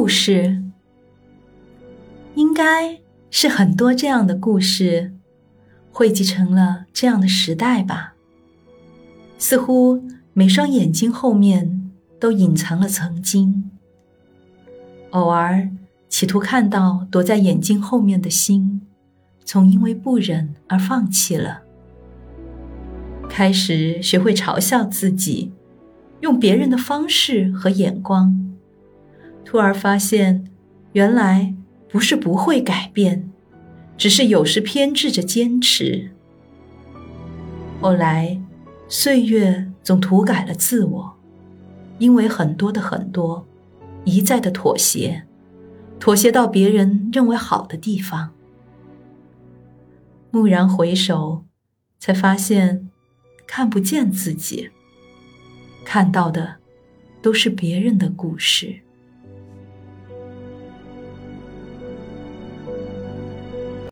事？应该是很多这样的故事汇集成了这样的时代吧。似乎每双眼睛后面都隐藏了曾经，偶尔企图看到躲在眼睛后面的心，从因为不忍而放弃了，开始学会嘲笑自己，用别人的方式和眼光，突然发现原来不是不会改变，只是有时偏执着坚持。后来岁月总涂改了自我，因为很多的很多，一再的妥协，妥协到别人认为好的地方。蓦然回首，才发现看不见自己，看到的都是别人的故事。